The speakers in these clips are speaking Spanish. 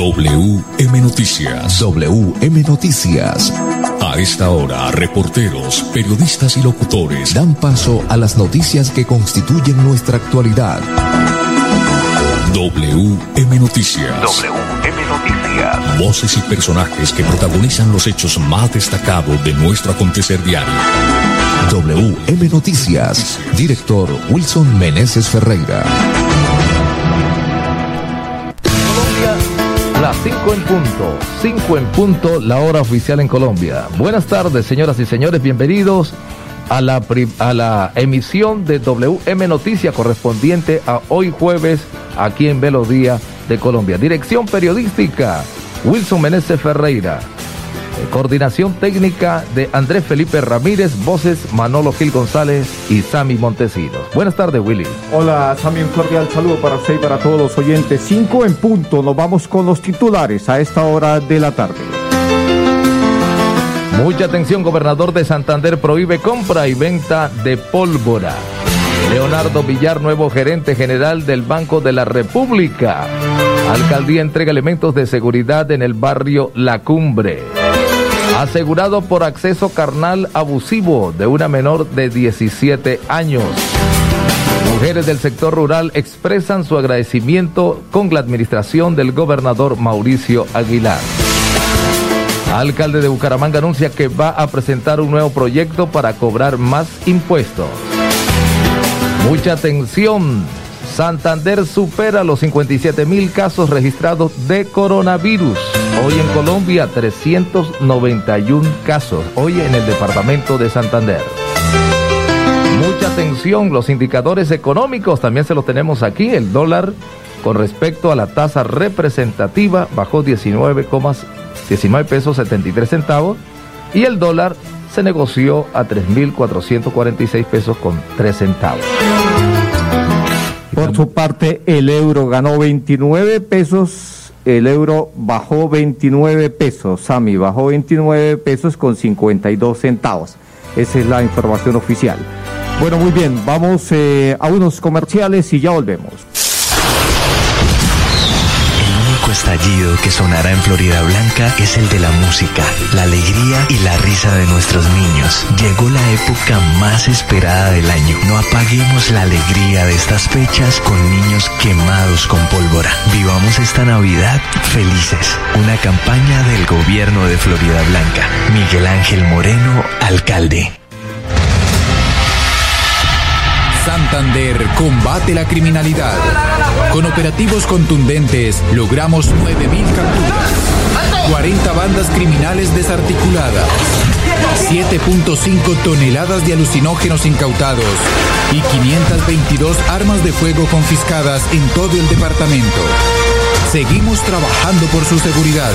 WM Noticias. WM Noticias. A esta hora, reporteros, periodistas y locutores dan paso a las noticias que constituyen nuestra actualidad. WM Noticias. WM Noticias. Voces y personajes que protagonizan los hechos más destacados de nuestro acontecer diario. WM Noticias. Director Wilson Meneses Ferreira. Las 5 en punto, la hora oficial en Colombia. Buenas tardes, señoras y señores, bienvenidos a la emisión de WM Noticias correspondiente a hoy jueves, aquí en Melodía de Colombia. Dirección periodística, Wilson Meneses Ferreira. Coordinación técnica de Andrés Felipe Ramírez, voces Manolo Gil González y Sammy Montesinos. Buenas tardes, Willy. Hola, Sammy, un cordial saludo para usted y para todos los oyentes. 5 en punto, nos vamos con los titulares a esta hora de la tarde. Mucha atención, gobernador de Santander prohíbe compra y venta de pólvora. Leonardo Villar, nuevo gerente general del Banco de la República. Alcaldía entrega elementos de seguridad en el barrio La Cumbre. Asegurado por acceso carnal abusivo de una menor de 17 años. Mujeres del sector rural expresan su agradecimiento con la administración del gobernador Mauricio Aguilar. Alcalde de Bucaramanga anuncia que va a presentar un nuevo proyecto para cobrar más impuestos. Mucha atención. Santander supera los 57,000 casos registrados de coronavirus. Hoy en Colombia, 391 casos. Hoy en el departamento de Santander. Mucha atención, los indicadores económicos también se los tenemos aquí. El dólar, con respecto a la tasa representativa, bajó 19 pesos 73 centavos. Y el dólar se negoció a 3.446 pesos con 3 centavos. Por su parte, el euro ganó 29 pesos, el euro bajó 29 pesos, Sammy, bajó 29 pesos con 52 centavos. Esa es la información oficial. Bueno, muy bien, vamos a unos comerciales y ya volvemos. Estallido que sonará en Florida Blanca es el de la música, la alegría y la risa de nuestros niños. Llegó la época más esperada del año. No apaguemos la alegría de estas fechas con niños quemados con pólvora. Vivamos esta Navidad felices. Una campaña del gobierno de Florida Blanca. Miguel Ángel Moreno, alcalde. Santander combate la criminalidad. Con operativos contundentes logramos 9.000 capturas, 40 bandas criminales desarticuladas, 7.5 toneladas de alucinógenos incautados y 522 armas de fuego confiscadas en todo el departamento. Seguimos trabajando por su seguridad.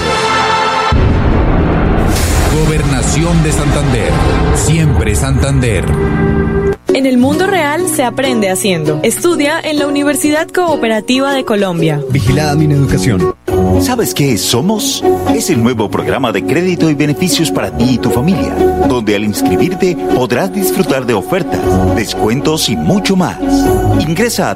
Gobernación de Santander. Siempre Santander. En el mundo real se aprende haciendo. Estudia en la Universidad Cooperativa de Colombia. Vigilada Mineducación. ¿Sabes qué es Somos? Es el nuevo programa de crédito y beneficios para ti y tu familia, donde al inscribirte podrás disfrutar de ofertas, descuentos y mucho más. Ingresa a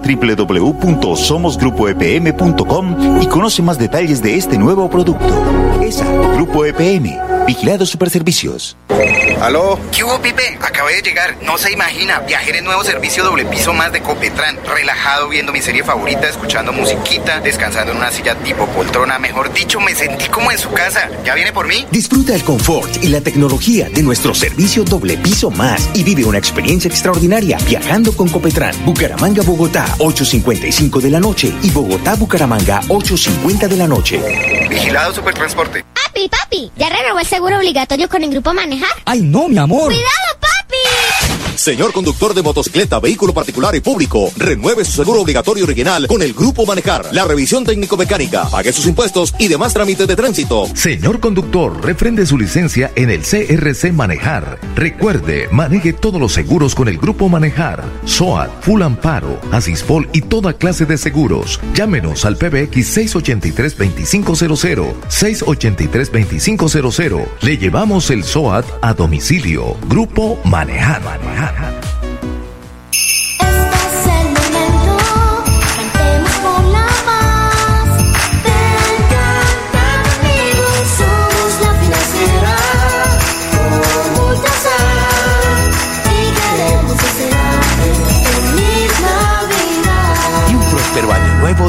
www.somosgrupoepm.com y conoce más detalles de este nuevo producto. ESA, Grupo EPM, Vigilado Superservicios. ¿Aló? ¿Qué hubo, Pipe? Acabé de llegar. No se imagina, viajé en nuevo servicio doble piso más de Copetran. Relajado viendo mi serie favorita, escuchando musiquita, descansando en una silla tipo poltrona. Mejor dicho, me sentí como en su casa. ¿Ya viene por mí? Disfruta el confort y la tecnología de nuestro servicio doble piso más y vive una experiencia extraordinaria viajando con Copetran. Bucaramanga, Bogotá, 8:55 de la noche y Bogotá, Bucaramanga, 8:50 de la noche. Vigilado Supertransporte. Papi, ¿ya renovó el seguro obligatorio con el Grupo Manejar? ¡Ay, no, mi amor! ¡Cuidado, papi! Señor conductor de motocicleta, vehículo particular y público, renueve su seguro obligatorio original con el Grupo Manejar. La revisión técnico-mecánica, pague sus impuestos y demás trámites de tránsito. Señor conductor, refrende su licencia en el CRC Manejar. Recuerde, maneje todos los seguros con el Grupo Manejar. SOAT, Full Amparo, Asispol y toda clase de seguros. Llámenos al PBX 683-2500. 683-2500. Le llevamos el SOAT a domicilio. Grupo Manejar.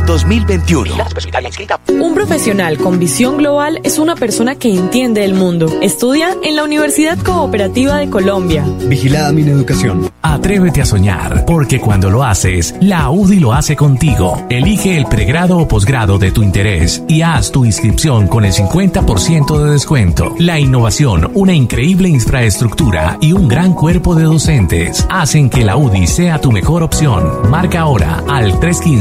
2021. Un profesional con visión global es una persona que entiende el mundo. Estudia en la Universidad Cooperativa de Colombia. Vigilada Mineducación. Atrévete a soñar, porque cuando lo haces, la UDI lo hace contigo. Elige el pregrado o posgrado de tu interés y haz tu inscripción con el 50% de descuento. La innovación, una increíble infraestructura y un gran cuerpo de docentes hacen que la UDI sea tu mejor opción. Marca ahora al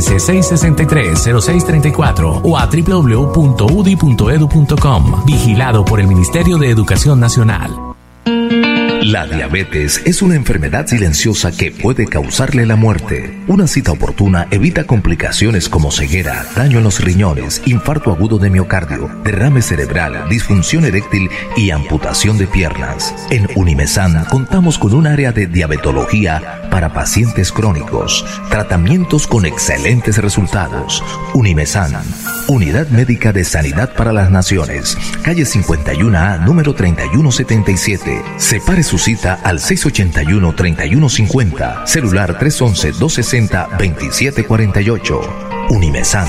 315-663-0634 o a www.udi.edu.com. Vigilado por el Ministerio de Educación Nacional. La diabetes es una enfermedad silenciosa que puede causarle la muerte. Una cita oportuna evita complicaciones como ceguera, daño en los riñones, infarto agudo de miocardio, derrame cerebral, disfunción eréctil y amputación de piernas. En Unimesan contamos con un área de diabetología para pacientes crónicos, tratamientos con excelentes resultados. Unimesan, Unidad Médica de Sanidad para las Naciones, calle 51A, número 3177. Separe su cita al 681-3150, celular 311-260-2748. Unimesan.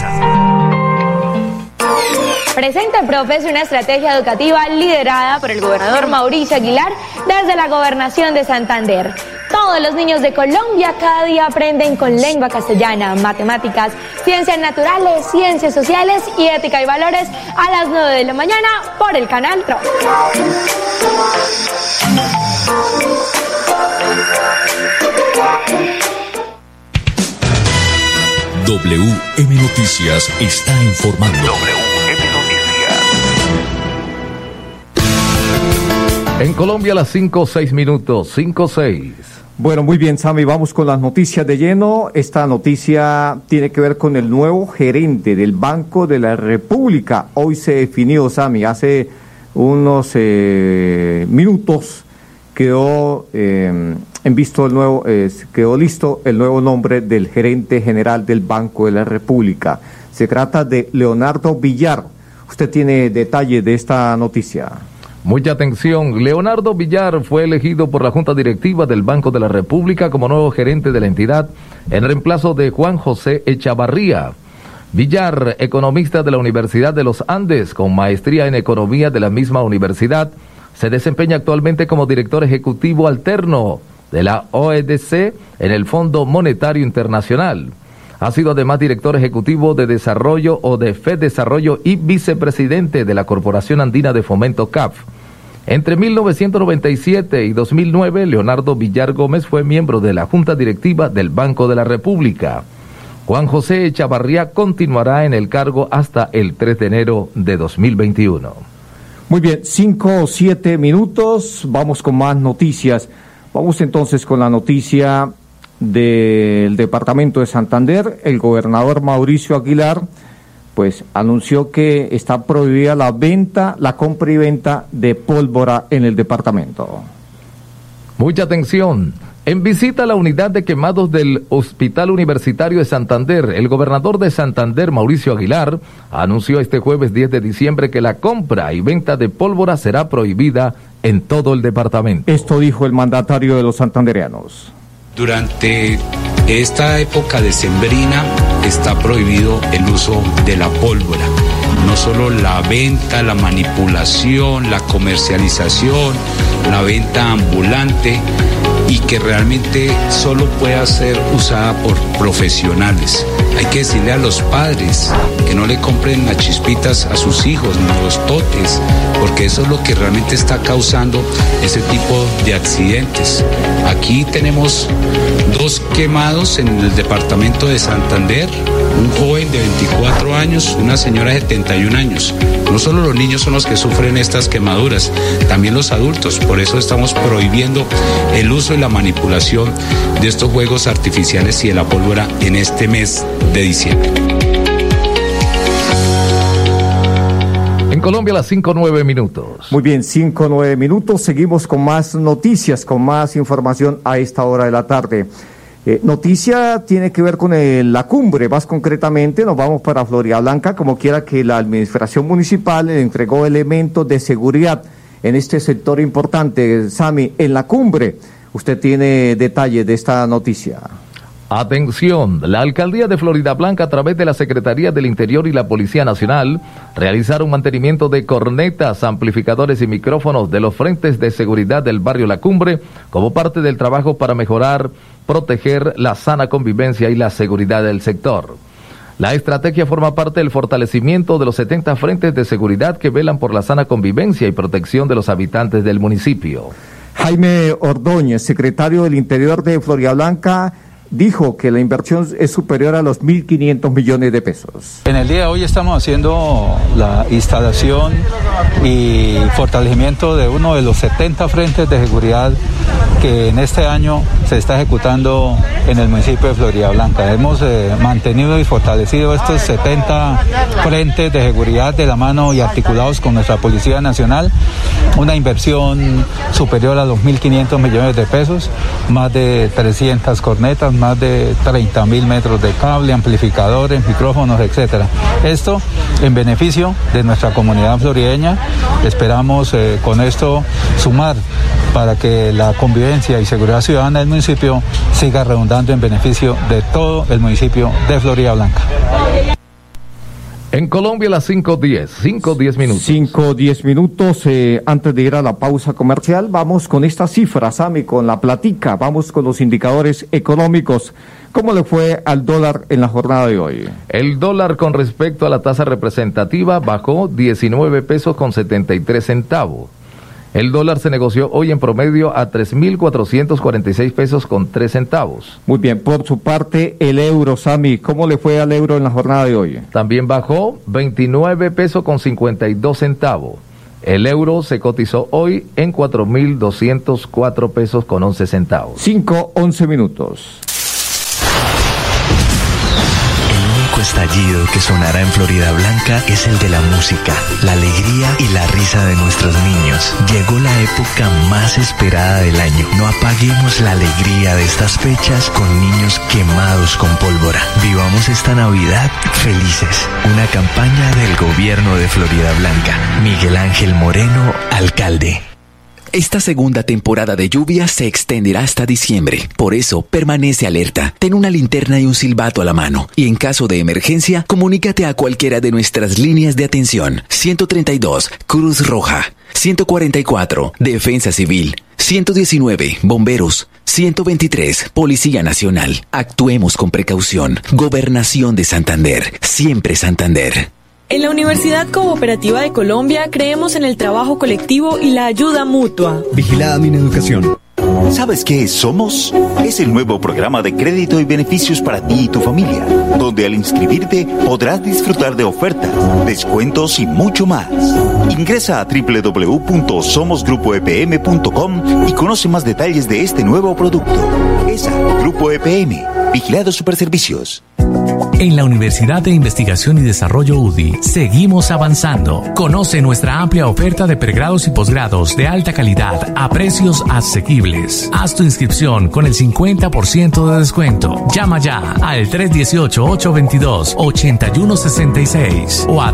Presenta el Profes una estrategia educativa liderada por el gobernador Mauricio Aguilar desde la Gobernación de Santander. Todos los niños de Colombia cada día aprenden con lengua castellana, matemáticas, ciencias naturales, ciencias sociales y ética y valores a las 9 de la mañana por el canal TRO. WM Noticias está informando. WM Noticias. En Colombia a las 5:06, 5:06. Bueno, muy bien, Sammy, vamos con las noticias de lleno. Esta noticia tiene que ver con el nuevo gerente del Banco de la República. Hoy se definió, Sammy, hace unos minutos quedó quedó listo el nuevo nombre del gerente general del Banco de la República. Se trata de Leonardo Villar. Usted tiene detalles de esta noticia. Mucha atención, Leonardo Villar fue elegido por la Junta Directiva del Banco de la República como nuevo gerente de la entidad en reemplazo de Juan José Echavarría. Villar, economista de la Universidad de los Andes, con maestría en economía de la misma universidad, se desempeña actualmente como director ejecutivo alterno de la OEDC en el Fondo Monetario Internacional. Ha sido además director ejecutivo de Desarrollo o de FEDesarrollo y vicepresidente de la Corporación Andina de Fomento CAF. Entre 1997 y 2009, Leonardo Villar Gómez fue miembro de la Junta Directiva del Banco de la República. Juan José Echavarría continuará en el cargo hasta el 3 de enero de 2021. Muy bien, 5:07. Vamos con más noticias. Vamos entonces con la noticia del departamento de Santander. El gobernador Mauricio Aguilar pues anunció que está prohibida la compra y venta de pólvora en el departamento. Mucha atención. En visita a la unidad de quemados del Hospital Universitario de Santander, el gobernador de Santander, Mauricio Aguilar, anunció este jueves 10 de diciembre que la compra y venta de pólvora será prohibida en todo el departamento. Esto dijo el mandatario de los santandereanos. Durante esta época decembrina está prohibido el uso de la pólvora. No solo la venta, la manipulación, la comercialización, la venta ambulante, y que realmente solo pueda ser usada por profesionales. Hay que decirle a los padres que no le compren las chispitas a sus hijos, ni los totes, porque eso es lo que realmente está causando ese tipo de accidentes. Aquí tenemos 2 quemados en el departamento de Santander, un joven de 24 años, una señora de 71 años. No solo los niños son los que sufren estas quemaduras, también los adultos. Por eso estamos prohibiendo el uso y la manipulación de estos juegos artificiales y de la pólvora en este mes de diciembre. En Colombia a las 5:09. Muy bien, 5:09. Seguimos con más noticias, con más información a esta hora de la tarde. Noticia tiene que ver con la cumbre, más concretamente nos vamos para Floridablanca, como quiera que la administración municipal le entregó elementos de seguridad en este sector importante. Sammy, en la cumbre, usted tiene detalles de esta noticia. Atención, la Alcaldía de Floridablanca a través de la Secretaría del Interior y la Policía Nacional realizaron mantenimiento de cornetas, amplificadores y micrófonos de los frentes de seguridad del barrio La Cumbre como parte del trabajo para mejorar, proteger la sana convivencia y la seguridad del sector. La estrategia forma parte del fortalecimiento de los 70 frentes de seguridad que velan por la sana convivencia y protección de los habitantes del municipio. Jaime Ordóñez, secretario del Interior de Floridablanca, dijo que la inversión es superior a los 1.500 millones de pesos. En el día de hoy estamos haciendo la instalación y fortalecimiento de uno de los 70 frentes de seguridad que en este año se está ejecutando en el municipio de Floridablanca. Hemos mantenido y fortalecido estos 70 frentes de seguridad de la mano y articulados con nuestra Policía Nacional. Una inversión superior a los 1.500 millones de pesos, más de 300 cornetas, más de 30.000 metros de cable, amplificadores, micrófonos, etcétera. Esto en beneficio de nuestra comunidad florideña. Esperamos con esto sumar para que la convivencia y seguridad ciudadana del municipio siga redundando en beneficio de todo el municipio de Floridablanca. En Colombia las 5:10 minutos. 5:10 minutos. Antes de ir a la pausa comercial, vamos con estas cifras, Sami, con la platica. Vamos con los indicadores económicos. ¿Cómo le fue al dólar en la jornada de hoy? El dólar con respecto a la tasa representativa bajó 19 pesos con 73 centavos. El dólar se negoció hoy en promedio a 3.446 pesos con 3 centavos. Muy bien, por su parte, el euro, Sami, ¿cómo le fue al euro en la jornada de hoy? También bajó 29 pesos con 52 centavos. El euro se cotizó hoy en 4.204 pesos con 11 centavos. 5:11 minutos. Estallido que sonará en Floridablanca es el de la música, la alegría y la risa de nuestros niños. Llegó la época más esperada del año. No apaguemos la alegría de estas fechas con niños quemados con pólvora. Vivamos esta Navidad felices. Una campaña del gobierno de Floridablanca. Miguel Ángel Moreno, alcalde. Esta segunda temporada de lluvia se extenderá hasta diciembre. Por eso, permanece alerta. Ten una linterna y un silbato a la mano. Y en caso de emergencia, comunícate a cualquiera de nuestras líneas de atención. 132, Cruz Roja. 144, Defensa Civil. 119, Bomberos. 123, Policía Nacional. Actuemos con precaución. Gobernación de Santander. Siempre Santander. En la Universidad Cooperativa de Colombia creemos en el trabajo colectivo y la ayuda mutua. Vigilada Mineducación. ¿Sabes qué es Somos? Es el nuevo programa de crédito y beneficios para ti y tu familia, donde al inscribirte podrás disfrutar de ofertas, descuentos y mucho más. Ingresa a www.somosgrupoepm.com y conoce más detalles de este nuevo producto. ESA, Grupo EPM, Vigilados Superservicios. En la Universidad de Investigación y Desarrollo UDI seguimos avanzando. Conoce nuestra amplia oferta de pregrados y posgrados de alta calidad a precios asequibles. Haz tu inscripción con el 50% de descuento. Llama ya al 318-822-8166 o a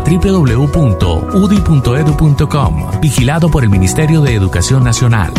www.udi.edu.com. Vigilado por el Ministerio de Educación Nacional.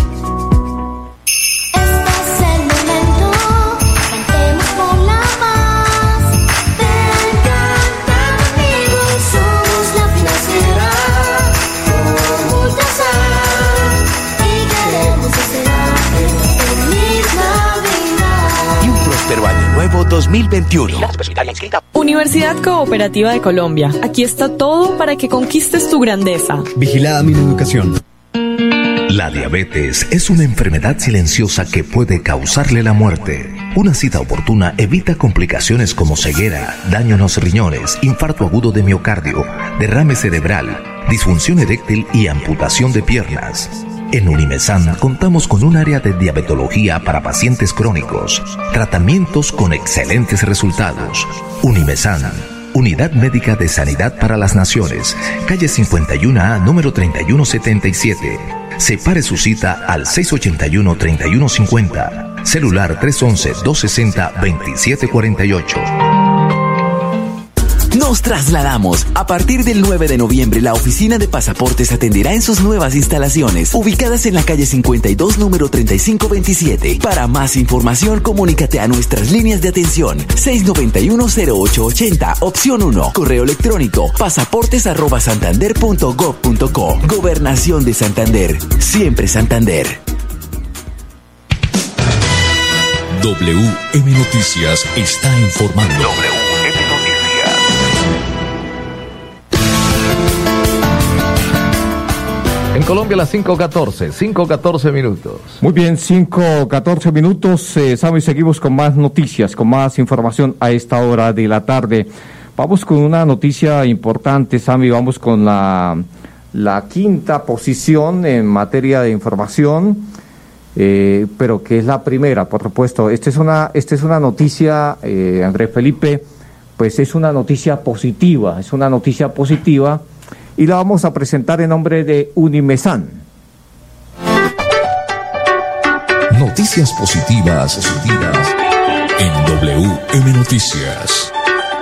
Nuevo 2021. Universidad Cooperativa de Colombia. Aquí está todo para que conquistes tu grandeza. Vigilada Mineducación. La diabetes es una enfermedad silenciosa que puede causarle la muerte. Una cita oportuna evita complicaciones como ceguera, daño en los riñones, infarto agudo de miocardio, derrame cerebral, disfunción eréctil y amputación de piernas. En Unimesan contamos con un área de diabetología para pacientes crónicos, tratamientos con excelentes resultados. Unimesan, Unidad Médica de Sanidad para las Naciones, calle 51A, número 3177. Separe su cita al 681-3150, celular 311-260-2748. Nos trasladamos. A partir del 9 de noviembre, la oficina de pasaportes atenderá en sus nuevas instalaciones, ubicadas en la calle 52, número 3527. Para más información, comunícate a nuestras líneas de atención. 691-0880, opción 1. Correo electrónico, pasaportes@santander.gov.co. Gobernación de Santander. Siempre Santander. WM Noticias está informando. WM Noticias. En Colombia las 5:14 minutos. Muy bien, 5:14 minutos. Sammy, seguimos con más noticias, con más información a esta hora de la tarde. Vamos con una noticia importante, Sammy. Vamos con la quinta posición en materia de información. Pero que es la primera, por supuesto. Esta es una noticia, Andrés Felipe, pues es una noticia positiva, y la vamos a presentar en nombre de Unimesan. Noticias positivas en WM Noticias.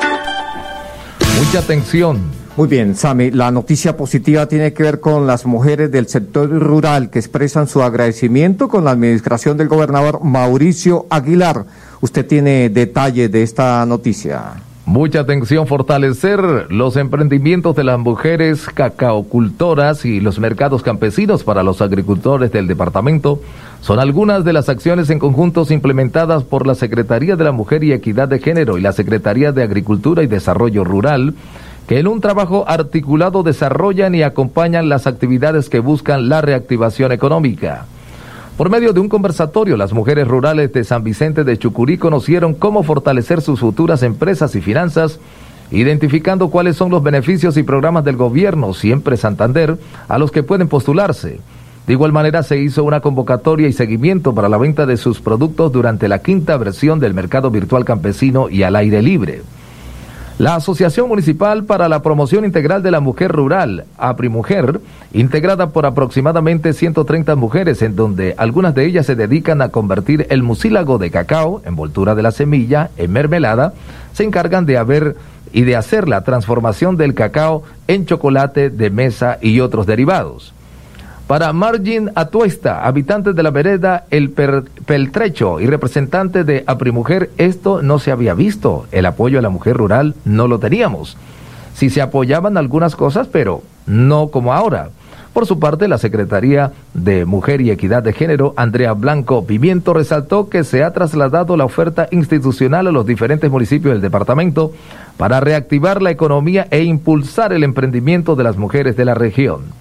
Mucha atención. Muy bien, Sammy, la noticia positiva tiene que ver con las mujeres del sector rural que expresan su agradecimiento con la administración del gobernador Mauricio Aguilar. Usted tiene detalles de esta noticia. Mucha atención, fortalecer los emprendimientos de las mujeres cacaocultoras y los mercados campesinos para los agricultores del departamento son algunas de las acciones en conjuntos implementadas por la Secretaría de la Mujer y Equidad de Género y la Secretaría de Agricultura y Desarrollo Rural, que en un trabajo articulado desarrollan y acompañan las actividades que buscan la reactivación económica. Por medio de un conversatorio, las mujeres rurales de San Vicente de Chucurí conocieron cómo fortalecer sus futuras empresas y finanzas, identificando cuáles son los beneficios y programas del gobierno, siempre Santander, a los que pueden postularse. De igual manera, se hizo una convocatoria y seguimiento para la venta de sus productos durante la quinta versión del mercado virtual campesino y al aire libre. La Asociación Municipal para la Promoción Integral de la Mujer Rural, APRIMujer, integrada por aproximadamente 130 mujeres, en donde algunas de ellas se dedican a convertir el mucílago de cacao, envoltura de la semilla, en mermelada, se encargan de hacer la transformación del cacao en chocolate de mesa y otros derivados. Para Margin Atuesta, habitante de la vereda El Peltrecho y representante de APRIMujer, esto no se había visto. El apoyo a la mujer rural no lo teníamos. Sí se apoyaban algunas cosas, pero no como ahora. Por su parte, la Secretaría de Mujer y Equidad de Género, Andrea Blanco Pimiento, resaltó que se ha trasladado la oferta institucional a los diferentes municipios del departamento para reactivar la economía e impulsar el emprendimiento de las mujeres de la región.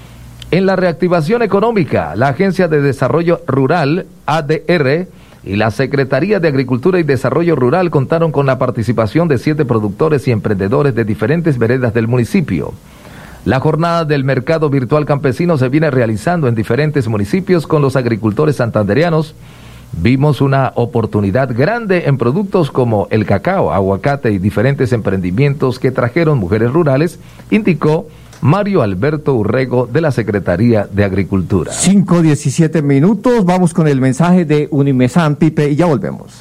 En la reactivación económica, la Agencia de Desarrollo Rural, ADR, y la Secretaría de Agricultura y Desarrollo Rural contaron con la participación de 7 productores y emprendedores de diferentes veredas del municipio. La jornada del mercado virtual campesino se viene realizando en diferentes municipios con los agricultores santandereanos. Vimos una oportunidad grande en productos como el cacao, aguacate y diferentes emprendimientos que trajeron mujeres rurales, indicó Mario Alberto Urrego de la Secretaría de Agricultura. 5:17 minutos, vamos con el mensaje de Unimesan, Pipe, y ya volvemos.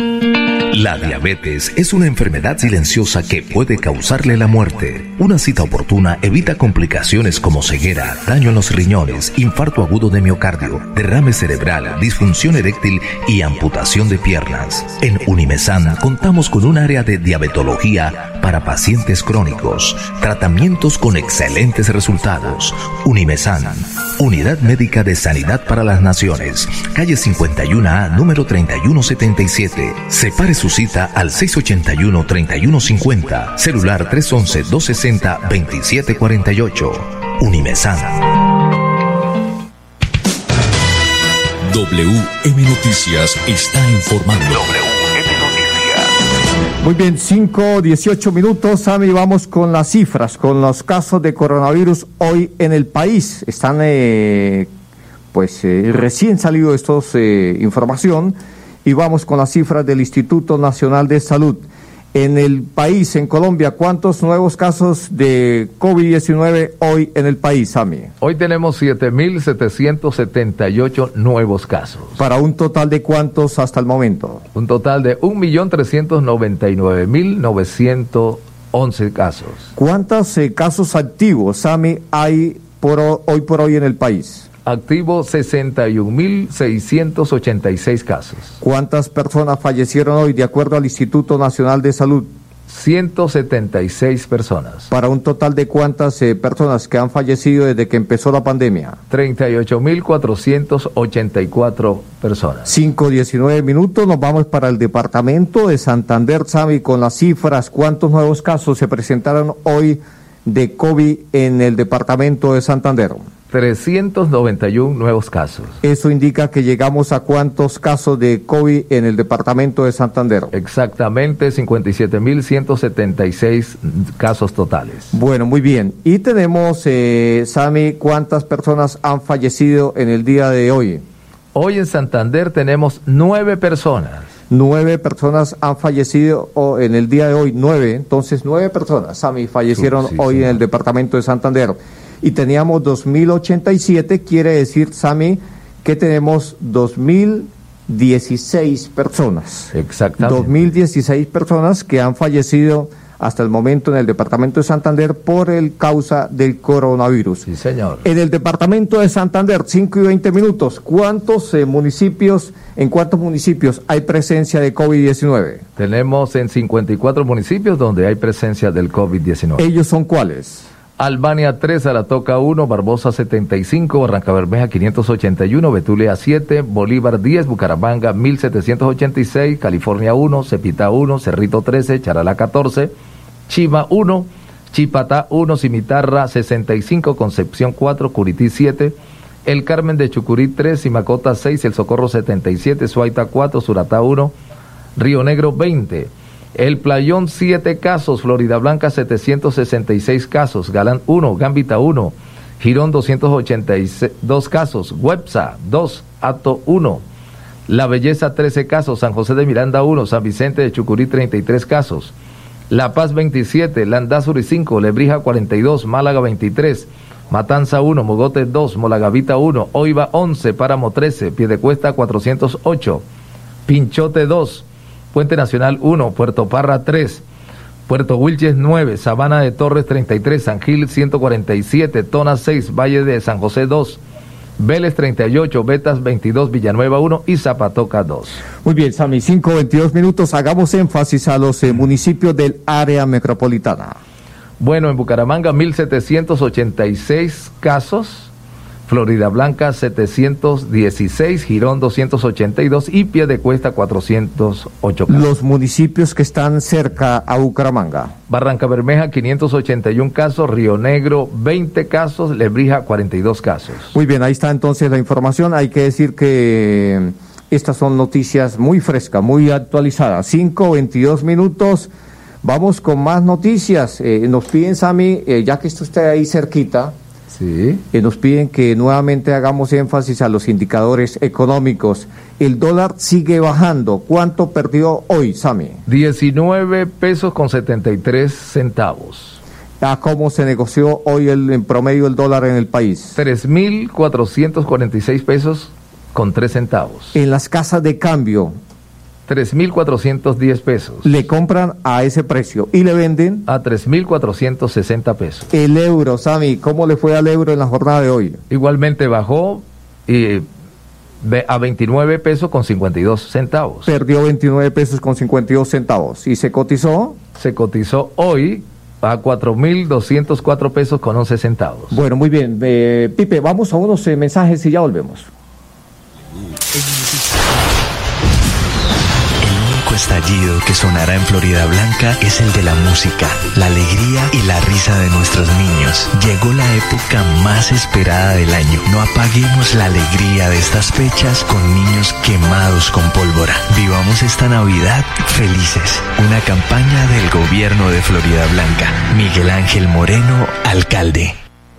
La diabetes es una enfermedad silenciosa que puede causarle la muerte. Una cita oportuna evita complicaciones como ceguera, daño en los riñones, infarto agudo de miocardio, derrame cerebral, disfunción eréctil y amputación de piernas. En Unimesan contamos con un área de diabetología para pacientes crónicos, tratamientos con excelentes resultados. Unimesan, Unidad Médica de Sanidad para las Naciones, calle 51A, número 3177. Separe su cita al 681-3150, celular 311-260-2748. Unimesan. WM Noticias está informando. Muy bien, 5:18 minutos, Sammy, vamos con las cifras, con los casos de coronavirus hoy en el país. Están, recién salido estos información, y vamos con las cifras del Instituto Nacional de Salud. En el país, en Colombia, ¿cuántos nuevos casos de COVID-19 hoy en el país, Sammy? Hoy tenemos 7.778 nuevos casos. ¿Para un total de cuántos hasta el momento? Un total de 1.399.900 11 casos. ¿Cuántos casos activos, Sami, hay hoy por hoy en el país? Activos 61.686 casos. ¿Cuántas personas fallecieron hoy de acuerdo al Instituto Nacional de Salud? 176 personas. ¿Para un total de cuántas personas que han fallecido desde que empezó la pandemia? 38.484 personas. 5:19 minutos, nos vamos para el departamento de Santander, Sami, con las cifras. ¿Cuántos nuevos casos se presentaron hoy de COVID en el departamento de Santander? 391 nuevos casos. Eso indica que llegamos a ¿cuántos casos de COVID en el departamento de Santander? Exactamente 57.176 casos totales. Bueno, muy bien. Y tenemos, Sami, ¿cuántas personas han fallecido en el día de hoy? Hoy en Santander tenemos 9 personas. 9 personas han fallecido en el día de hoy, 9. Entonces, 9 personas, Sami, fallecieron hoy en el departamento de Santander. Y teníamos 2.087, quiere decir, Sami, que tenemos 2.016 personas. Exactamente. 2.016 personas que han fallecido hasta el momento en el departamento de Santander por el causa del coronavirus. Sí, señor. En el departamento de Santander, 5:20 minutos, en cuántos municipios hay presencia de COVID-19? Tenemos en 54 municipios donde hay presencia del COVID-19. ¿Ellos son cuáles? Albania 3, Aratoca 1, Barbosa 75, Barrancabermeja 581, Betulia 7, Bolívar 10, Bucaramanga 1786, California 1, Cepita 1, Cerrito 13, Charalá 14, Chiva 1, Chipatá 1, Cimitarra 65, Concepción 4, Curití 7, El Carmen de Chucurí 3, Simacota 6, El Socorro 77, Suaita 4, Suratá 1, Río Negro 20, El Playón 7 casos, Florida Blanca 766 casos, Galán 1, Gambita 1, Girón 282 casos, Websa 2, Ato 1, La Belleza 13 casos, San José de Miranda 1, San Vicente de Chucurí 33 casos, La Paz 27, Landázuri 5, Lebrija 42, Málaga 23, Matanza 1, Mogote 2, Molagavita 1, Oiva 11, Páramo 13, Piedecuesta 408, Pinchote 2, Puente Nacional 1, Puerto Parra 3, Puerto Wilches 9, Sabana de Torres 33, San Gil 147, Tona 6, Valle de San José 2, Vélez 38, Betas 22, Villanueva 1 y Zapatoca 2. Muy bien, Sami, 5:22 minutos, hagamos énfasis a los municipios del área metropolitana. Bueno, en Bucaramanga 1.786 casos, Florida Blanca 716, Girón 282 y Piedecuesta 408 casos. Los municipios que están cerca a Bucaramanga. Barrancabermeja 581 casos, Río Negro 20 casos, Lebrija 42 casos. Muy bien, ahí está entonces la información. Hay que decir que estas son noticias muy frescas, muy actualizadas. 5:22 minutos. Vamos con más noticias. Nos piden, Sami, ya que esto está ahí cerquita, sí, nos piden que nuevamente hagamos énfasis a los indicadores económicos. El dólar sigue bajando. ¿Cuánto perdió hoy, Sami? 19 pesos con 73 centavos. ¿A cómo se negoció hoy en promedio el dólar en el país? 3.446 pesos con 3 centavos. En las casas de cambio, 3.410 pesos. Le compran a ese precio y le venden a 3.460 pesos. El euro, Sami, ¿cómo le fue al euro en la jornada de hoy? Igualmente bajó a 29 pesos con 52 centavos. Perdió 29 pesos con 52 centavos. ¿Y se cotizó? Se cotizó hoy a 4.204 pesos con 11 centavos. Bueno, muy bien. Pipe, vamos a unos mensajes y ya volvemos. Estallido que sonará en Florida Blanca es el de la música, la alegría y la risa de nuestros niños. Llegó la época más esperada del año. No apaguemos la alegría de estas fechas con niños quemados con pólvora. Vivamos esta Navidad felices. Una campaña del gobierno de Florida Blanca. Miguel Ángel Moreno, alcalde.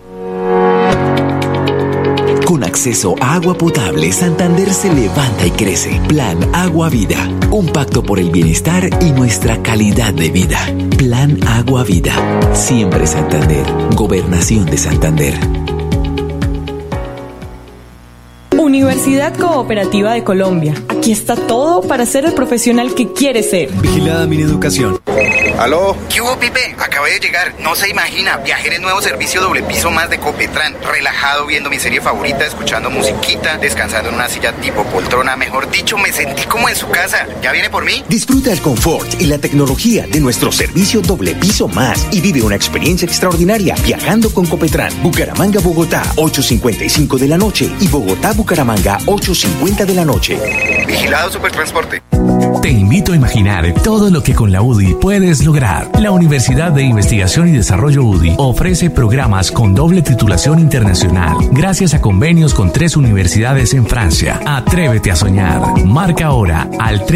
Con acceso a agua potable, Santander se levanta y crece. Plan Agua Vida, un pacto por el bienestar y nuestra calidad de vida. Plan Agua Vida, siempre Santander, Gobernación de Santander. Universidad Cooperativa de Colombia. Aquí está todo para ser el profesional que quieres ser. Vigilada Mineducación. ¿Aló? ¿Qué hubo, Pipe? Acabé de llegar. No se imagina. Viajé en el nuevo servicio doble piso más de Copetran. Relajado viendo mi serie favorita, escuchando musiquita, descansando en una silla tipo poltrona. Mejor dicho, me sentí como en su casa. ¿Ya viene por mí? Disfruta el confort y la tecnología de nuestro servicio doble piso más y vive una experiencia extraordinaria viajando con Copetran. Bucaramanga, Bogotá, 8:55 de la noche y Bogotá, Bucaramanga, 8:50 de la noche. Vigilado Supertransporte. Te invito a imaginar todo lo que con la UDI puedes lograr. La Universidad de Investigación y Desarrollo UDI ofrece programas con doble titulación internacional, gracias a convenios con 3 universidades en Francia. Atrévete a soñar. Marca ahora al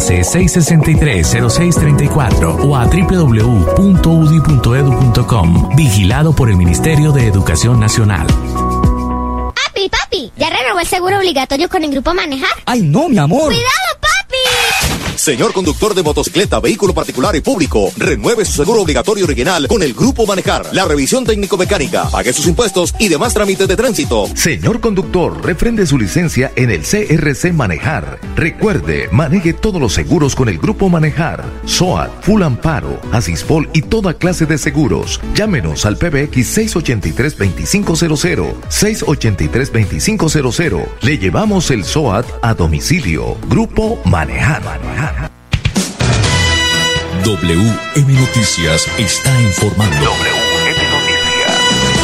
315-663-0634 o a www.udi.edu.com. Vigilado por el Ministerio de Educación Nacional. Papi, ¿ya renovó el seguro obligatorio con el Grupo Manejar? ¡Ay, no, mi amor! ¡Cuidado, papi! Señor conductor de motocicleta, vehículo particular y público, renueve su seguro obligatorio original con el Grupo Manejar. La revisión técnico-mecánica, pague sus impuestos y demás trámites de tránsito. Señor conductor, refrende su licencia en el CRC Manejar. Recuerde, maneje todos los seguros con el Grupo Manejar. SOAT, Full Amparo, Asispol y toda clase de seguros. Llámenos al PBX 683-2500. 683-2500. Le llevamos el SOAT a domicilio. Grupo Manejar. WM Noticias está informando. WM Noticias.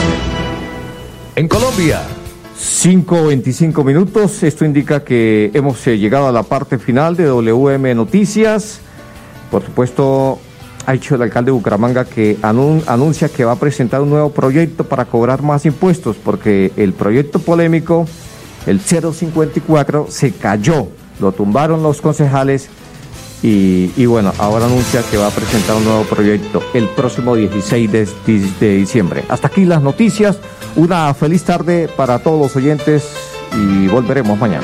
En Colombia, 5:25 minutos. Esto indica que hemos llegado a la parte final de WM Noticias. Por supuesto, ha dicho el alcalde de Bucaramanga que anuncia que va a presentar un nuevo proyecto para cobrar más impuestos, porque el proyecto polémico, el 054, se cayó. Lo tumbaron los concejales y bueno, ahora anuncia que va a presentar un nuevo proyecto el próximo 16 de diciembre. Hasta aquí las noticias. Una feliz tarde para todos los oyentes y volveremos mañana.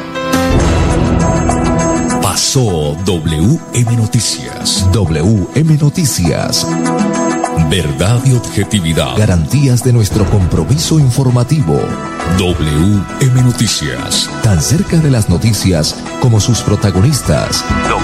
Pasó WM Noticias. WM Noticias. Verdad y objetividad. Garantías de nuestro compromiso informativo. WM Noticias. Tan cerca de las noticias como sus protagonistas.